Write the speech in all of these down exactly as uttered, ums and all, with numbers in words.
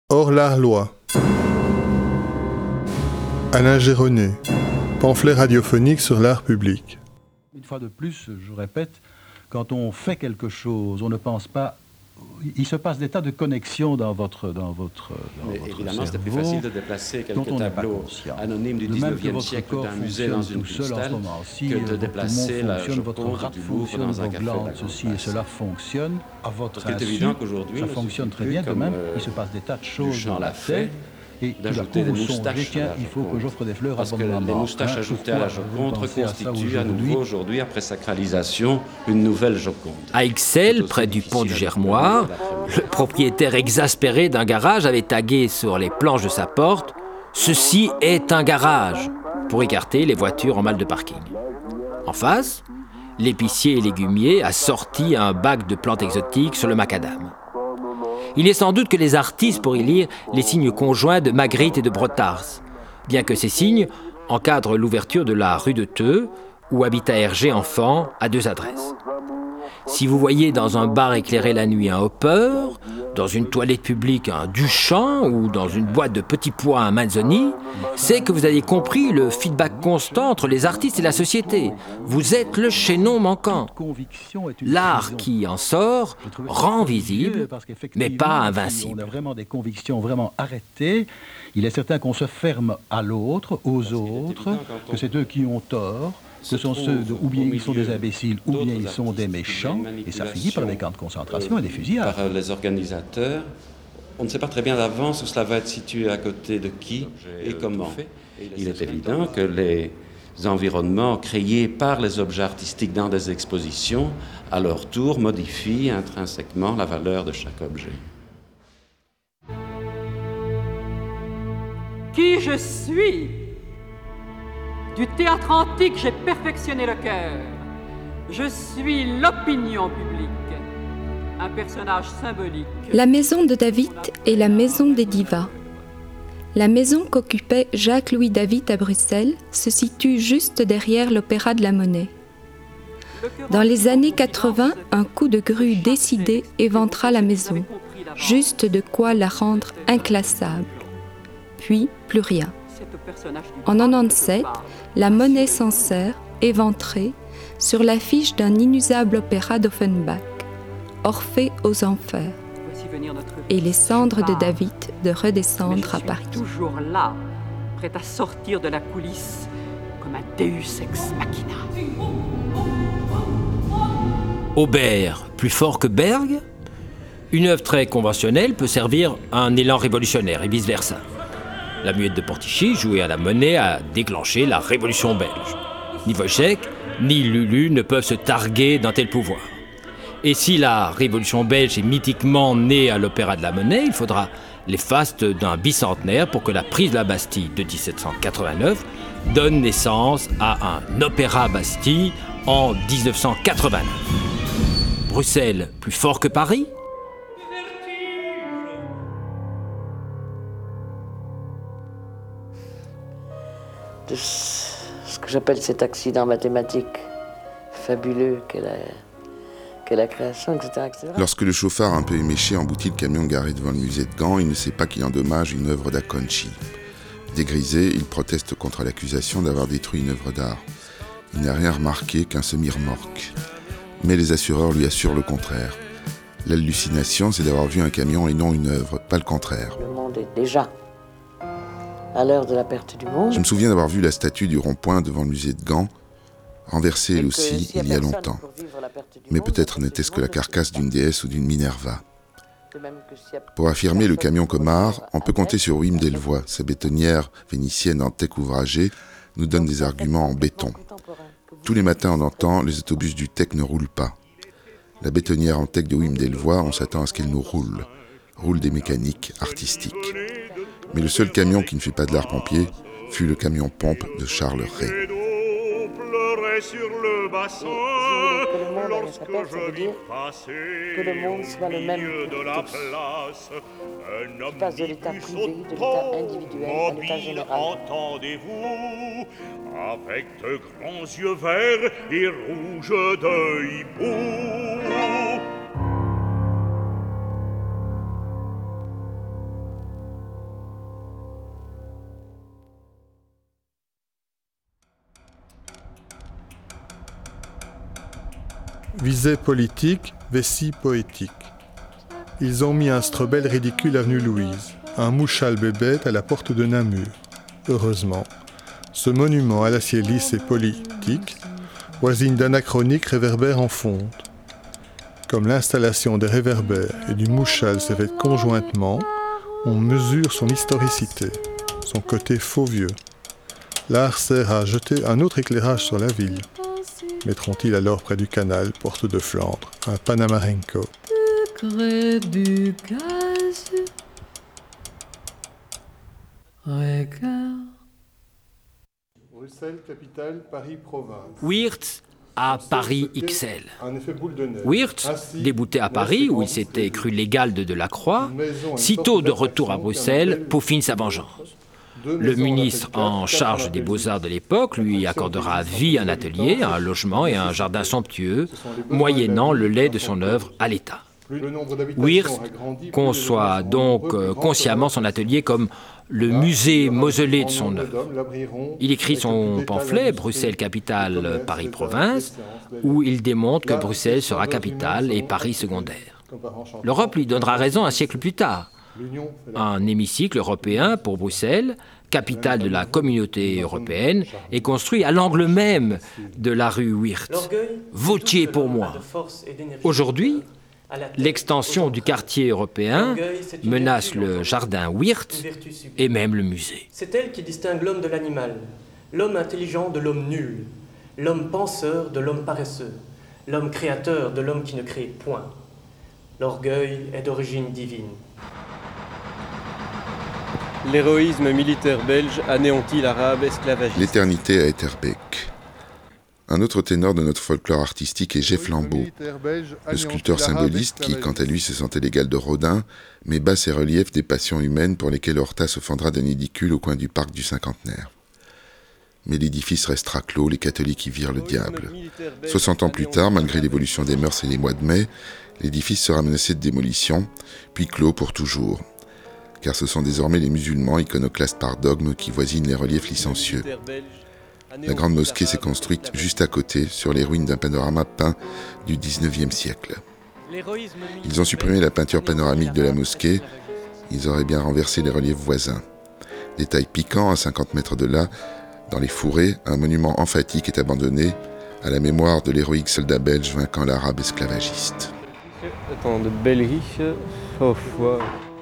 Hors la loi. Alain Géronnet, pamphlet radiophonique sur l'art public. Une fois de plus, je répète, quand on fait quelque chose, on ne pense pas... Il se passe des tas de connexions dans votre dans votre, dans Mais votre évidemment, c'était plus cerveau, facile de déplacer dont quelques on n'est pas tableaux conscient. anonymes du De même que dix-neuvième votre siècle corps d'un musée fonctionne dans une tout seul en ce cristal moment-ci, que de votre déplacer poumon la fonctionne, votre Joconde rate du Louvre fonctionne, dans un vos café de glandes, la ceci Grande et cela Place. fonctionne à votre Parce qu'il est insu. évident qu'aujourd'hui, Ça il ne fonctionne suffit très plus, bien de comme, même. euh, Il se passe des tas de choses Duchamp dans l'a la fait, tête. Et tout d'un coup, d'ajouter des vous songez, moustaches à tiens, la il faut que Joconde. j'offre des fleurs Parce à que bonne maman. les moustaches Hein, ajoutées à la pourquoi vous Joconde pensez à ça reconstituent à aujourd'hui nouveau aujourd'hui, après sacralisation, une nouvelle Joconde. À Ixelles, près du pont du Germois, le propriétaire exaspéré d'un garage avait tagué sur les planches de sa porte « Ceci est un garage » pour écarter les voitures en mal de parking. En face, l'épicier et légumier a sorti un bac de plantes exotiques sur le macadam. Il est sans doute que les artistes pour y lire les signes conjoints de Magritte et de Brotars, bien que ces signes encadrent l'ouverture de la rue de Theux, où habite Hergé enfant, à deux adresses. Si vous voyez dans un bar éclairé la nuit un Hopper, dans une toilette publique un Duchamp ou dans une boîte de petits pois un Manzoni, c'est que vous avez compris le feedback constant entre les artistes et la société. Vous êtes le chaînon manquant. L'art qui en sort rend visible, mais pas invincible. On a vraiment des convictions vraiment arrêtées. Il est certain qu'on se ferme à l'autre, aux autres, que c'est eux qui ont tort. Ce sont ceux, de, ou bien ils sont des imbéciles, ou bien ils sont des méchants, et ça finit par des camps de concentration et des fusillades. Par les organisateurs, on ne sait pas très bien d'avance où cela va être situé à côté de qui et comment. Il est évident que les environnements créés par les objets artistiques dans des expositions, à leur tour, modifient intrinsèquement la valeur de chaque objet. Qui je suis ? Du théâtre antique, j'ai perfectionné le cœur. Je suis l'opinion publique, un personnage symbolique. La maison de David est la maison des divas. La maison qu'occupait Jacques-Louis David à Bruxelles se situe juste derrière l'Opéra de la Monnaie. Dans les années quatre-vingts, un coup de grue décidé éventra la maison, juste de quoi la rendre inclassable. Puis, plus rien. En quatre-vingt-dix-sept, la Monnaie s'en sert, éventrée, sur l'affiche d'un inusable opéra d'Offenbach, Orphée aux enfers, et les cendres de David de redescendre à Paris. Toujours là, prêt à sortir de la coulisse comme un Deus ex machina. Aubert, plus fort que Berg ? Une œuvre très conventionnelle peut servir à un élan révolutionnaire et vice-versa. La muette de Portichy, jouée à la Monnaie, a déclenché la Révolution belge. Ni Wojciech, ni Lulu ne peuvent se targuer d'un tel pouvoir. Et si la Révolution belge est mythiquement née à l'Opéra de la Monnaie, il faudra les fastes d'un bicentenaire pour que la prise de la Bastille de dix-sept cent quatre-vingt-neuf donne naissance à un Opéra Bastille en dix-neuf cent quatre-vingt-neuf. Bruxelles, plus fort que Paris ? De ce que j'appelle cet accident mathématique fabuleux qu'est la, qu'est la création, et cetera, et cetera. Lorsque le chauffard un peu éméché emboutit le camion garé devant le musée de Gand, il ne sait pas qu'il endommage une œuvre d'Acconci. Dégrisé, il proteste contre l'accusation d'avoir détruit une œuvre d'art. Il n'a rien remarqué qu'un semi-remorque. Mais les assureurs lui assurent le contraire. L'hallucination, c'est d'avoir vu un camion et non une œuvre, pas le contraire. Le monde est déjà à l'heure de la perte du monde. Je me souviens d'avoir vu la statue du rond-point devant le musée de Gand, renversée elle aussi il y a longtemps. Mais peut-être n'était-ce que la carcasse d'une déesse ou d'une Minerva. Pour affirmer le camion comme art, on peut compter sur Wim Delvoye. Sa bétonnière vénitienne en teck ouvragé nous donne des arguments en béton. Tous les matins, on entend « les autobus du teck ne roulent pas ». La bétonnière en teck de Wim Delvoye, on s'attend à ce qu'elle nous roule. Roule des mécaniques artistiques. Mais le seul camion qui ne fait pas de l'art pompier fut le camion pompe de Charles Ray. Sur le bassin, lorsque je vis passer que le monde soit le même de la tous. place, un homme passe de l'état privé, de l'état individuel à l'état général. Entendez-vous, avec de grands yeux verts et rouges de hibou. Visée politique, vessie poétique. Ils ont mis un strobel ridicule avenue Louise, un mouchal bébête à la porte de Namur. Heureusement, ce monument à l'acier lisse et politique, voisine d'anachroniques réverbères en fonte. Comme l'installation des réverbères et du mouchal s'est faite conjointement, on mesure son historicité, son côté faux vieux. L'art sert à jeter un autre éclairage sur la ville. Mettront-ils alors près du canal, porte de Flandre, un Panamarenko? Près du gaz, regarde. Bruxelles, capitale, Paris, province. Wiertz à Paris X L. Wiertz, débouté à Paris, où il s'était cru légal de Delacroix, sitôt de retour à Bruxelles, peaufine sa vengeance. Le ministre en charge des Beaux-Arts de l'époque lui accordera à vie un atelier, un logement et un jardin somptueux, moyennant le lait de son œuvre à l'État. Wiertz conçoit donc consciemment son atelier comme le musée mausolée de son œuvre. Il écrit son pamphlet « Bruxelles capitale, Paris province », où il démontre que Bruxelles sera capitale et Paris secondaire. L'Europe lui donnera raison un siècle plus tard. Un hémicycle européen pour Bruxelles, capitale de la communauté européenne, est construit à l'angle même de la rue Wiertz. Votiez pour moi. Aujourd'hui, l'extension du quartier européen menace le jardin Wiertz et même le musée. C'est elle qui distingue l'homme de l'animal, l'homme intelligent de l'homme nul, l'homme penseur de l'homme paresseux, l'homme créateur de l'homme qui ne crée point. L'orgueil est d'origine divine. L'héroïsme militaire belge anéantit l'arabe esclavagiste. L'éternité à Etterbeek. Un autre ténor de notre folklore artistique est Jeff Lambeau, le sculpteur symboliste qui, quant à lui, se sentait l'égal de Rodin, mais bat ses reliefs des passions humaines pour lesquelles Horta se fendra d'un édicule au coin du parc du Cinquantenaire. Mais l'édifice restera clos, les catholiques y virent le diable. soixante ans plus tard, malgré l'évolution des mœurs et les mois de mai, l'édifice sera menacé de démolition, puis clos pour toujours. Car ce sont désormais les musulmans, iconoclastes par dogme, qui voisinent les reliefs licencieux. La grande mosquée s'est construite juste à côté, sur les ruines d'un panorama peint du dix-neuvième siècle. Ils ont supprimé la peinture panoramique de la mosquée, ils auraient bien renversé les reliefs voisins. Détail piquant, à cinquante mètres de là, dans les fourrés, un monument emphatique est abandonné à la mémoire de l'héroïque soldat belge vainquant l'arabe esclavagiste. Attends, de Belgique, oh, wow.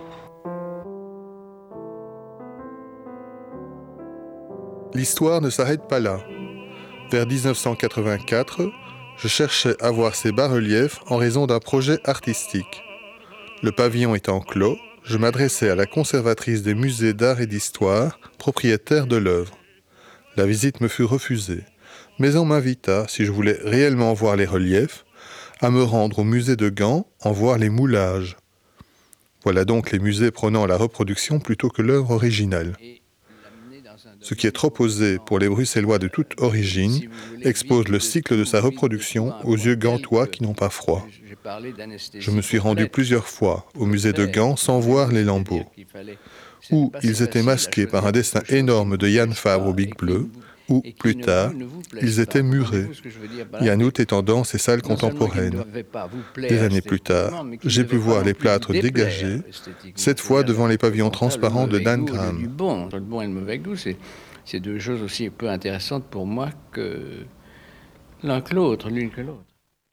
L'histoire ne s'arrête pas là. Vers dix-neuf cent quatre-vingt-quatre, je cherchais à voir ces bas-reliefs en raison d'un projet artistique. Le pavillon étant clos, je m'adressais à la conservatrice des musées d'art et d'histoire, propriétaire de l'œuvre. La visite me fut refusée, mais on m'invita, si je voulais réellement voir les reliefs, à me rendre au musée de Gand en voir les moulages. Voilà donc les musées prônant la reproduction plutôt que l'œuvre originale. Ce qui est trop osé pour les Bruxellois de toute origine expose le cycle de sa reproduction aux yeux gantois qui n'ont pas froid. Je me suis rendu plusieurs fois au musée de Gand sans voir les lambeaux, où ils étaient masqués par un dessin énorme de Yann Fabre au bic bleu, ou, plus tard, ils étaient murés, Yannout étant dans ces salles contemporaines. Des années plus tard, j'ai pu voir les plâtres dégagés, cette fois devant les pavillons transparents de Dan Graham. Le bon et le mauvais goût, c'est deux choses aussi peu intéressantes pour moi que l'un que l'autre, l'une que l'autre.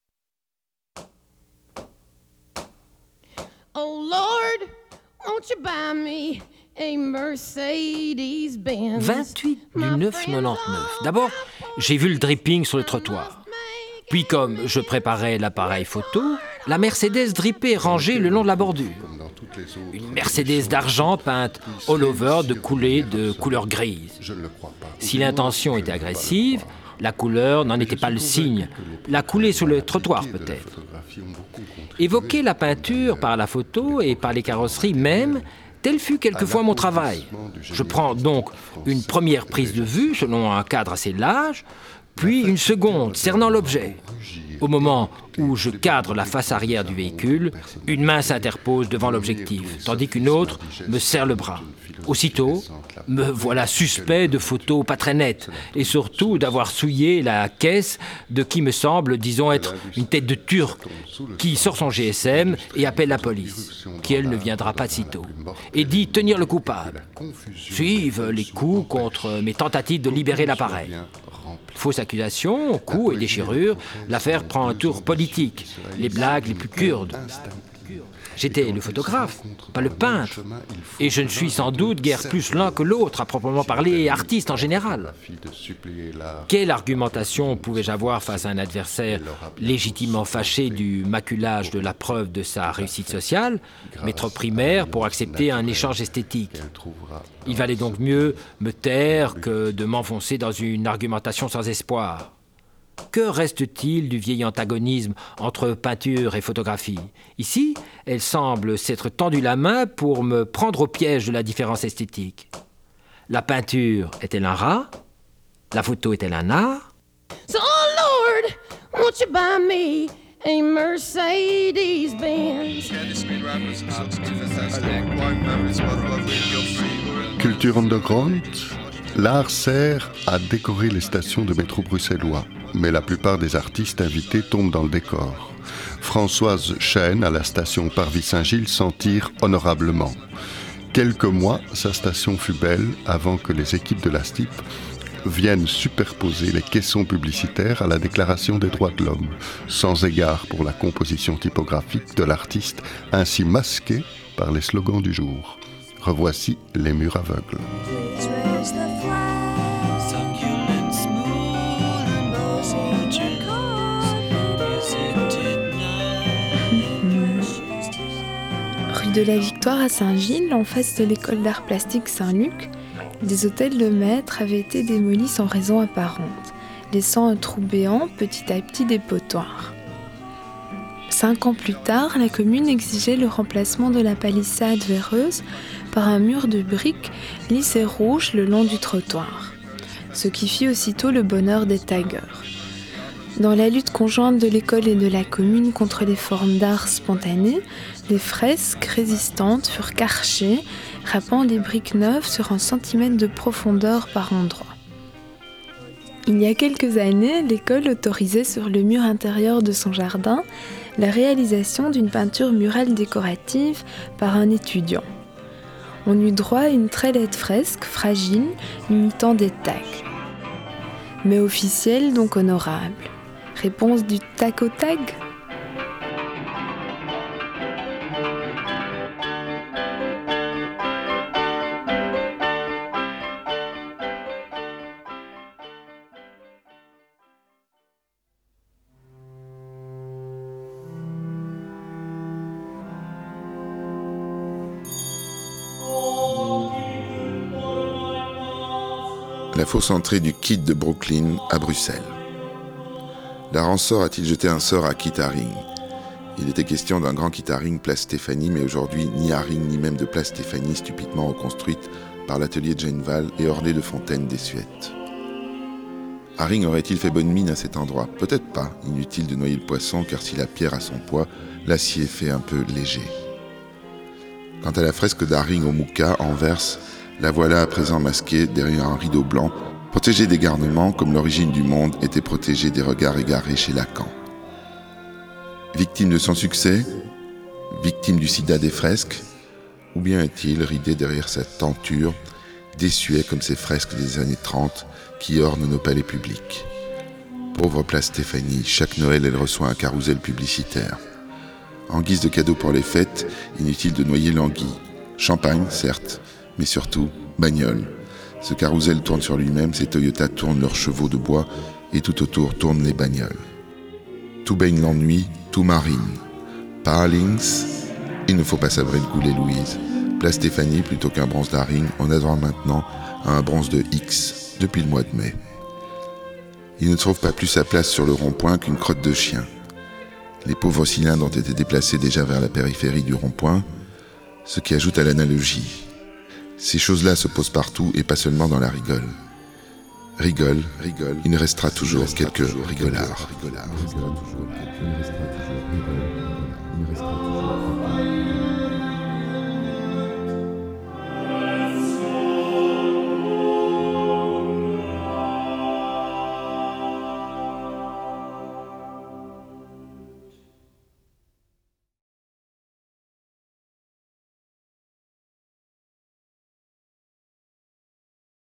Oh Lord, won't you buy me a Mercedes-Benz? vingt-huit du neuf quatre-vingt-dix-neuf. D'abord, j'ai vu le dripping sur le trottoir. Puis, comme je préparais l'appareil photo, la Mercedes drippée rangée le long de la bordure. Une Mercedes d'argent peinte all over de coulées de couleur grise. Si l'intention était agressive, la couleur n'en était pas le signe. La coulée sur le trottoir, peut-être. Évoquer la peinture par la photo et par les carrosseries même, tel fut quelquefois mon travail. Je prends donc une première prise de vue selon un cadre assez large, puis une seconde cernant l'objet. Au moment où je cadre la face arrière du véhicule, une main s'interpose devant l'objectif, tandis qu'une autre me serre le bras. Aussitôt, me voilà suspect de photos pas très nettes, et surtout d'avoir souillé la caisse de qui me semble, disons, être une tête de Turc, qui sort son G S M et appelle la police, qui elle ne viendra pas de sitôt, et dit tenir le coupable. Suivent les coups contre mes tentatives de libérer l'appareil. Fausse accusation, coups et déchirures, l'affaire prend un tour politique, les blagues les plus kurdes. J'étais le photographe, pas le peintre, et je ne suis sans doute guère plus l'un que l'autre, à proprement parler, et artiste en général. Quelle argumentation pouvais-je avoir face à un adversaire légitimement fâché du maculage de la preuve de sa réussite sociale, mais trop primaire pour accepter un échange esthétique? Il valait donc mieux me taire que de m'enfoncer dans une argumentation sans espoir. Que reste-t-il du vieil antagonisme entre peinture et photographie? Ici, elle semble s'être tendu la main pour me prendre au piège de la différence esthétique. La peinture est-elle un rat? La photo est-elle un art? So, oh Lord, won't you buy me a Mercedes-Benz? Culture underground, l'art sert à décorer les stations de métro bruxellois. Mais la plupart des artistes invités tombent dans le décor. Françoise Chêne, à la station Parvis-Saint-Gilles, s'en tire honorablement. Quelques mois, sa station fut belle avant que les équipes de la S T I P viennent superposer les caissons publicitaires à la Déclaration des droits de l'homme, sans égard pour la composition typographique de l'artiste, ainsi masquée par les slogans du jour. Revoici les murs aveugles. De la Victoire à Saint-Gilles, en face de l'école d'art plastique Saint-Luc, des hôtels de maîtres avaient été démolis sans raison apparente, laissant un trou béant petit à petit des potoirs. Cinq ans plus tard, la commune exigeait le remplacement de la palissade verreuse par un mur de briques lisses et rouges le long du trottoir, ce qui fit aussitôt le bonheur des taggeurs. Dans la lutte conjointe de l'école et de la commune contre les formes d'art spontanées, des fresques résistantes furent carchées, râpant des briques neuves sur un centimètre de profondeur par endroit. Il y a quelques années, l'école autorisait sur le mur intérieur de son jardin la réalisation d'une peinture murale décorative par un étudiant. On eut droit à une très laide fresque, fragile, imitant des tags. Mais officielle, donc honorable. Réponse du tac au tag ? La fausse entrée du Kid de Brooklyn à Bruxelles. La Ransort a-t-il jeté un sort à Kit Haring? Il était question d'un grand Kit Haring place Stéphanie, mais aujourd'hui, ni Haring ni même de place Stéphanie, stupidement reconstruite par l'atelier de Jane Val et ornée de fontaines désuètes. Haring aurait-il fait bonne mine à cet endroit? Peut-être pas, inutile de noyer le poisson, car si la pierre a son poids, l'acier fait un peu léger. Quant à la fresque d'Haring au Mouka, Anvers, la voilà à présent masquée derrière un rideau blanc, protégée des garnements comme l'origine du monde était protégée des regards égarés chez Lacan. Victime de son succès, victime du sida des fresques, ou bien est-il ridé derrière sa tenture, désuet comme ces fresques des années trente qui ornent nos palais publics. Pauvre place Stéphanie, chaque Noël elle reçoit un carrousel publicitaire. En guise de cadeau pour les fêtes, inutile de noyer l'anguille. Champagne, certes, mais surtout, bagnole. Ce carrousel tourne sur lui-même, ces Toyota tournent leurs chevaux de bois, et tout autour tournent les bagnoles. Tout baigne l'ennui, tout marine. Parlings, il ne faut pas sabrer le goulet Louise. Place Stéphanie, plutôt qu'un bronze d'Haring, on a droit maintenant à un bronze de X, depuis le mois de mai. Il ne trouve pas plus sa place sur le rond-point qu'une crotte de chien. Les pauvres cylindres ont été déplacés déjà vers la périphérie du rond-point, ce qui ajoute à l'analogie. Ces choses-là se posent partout et pas seulement dans la rigole. rigole, rigole, il ne restera toujours quelques rigolards.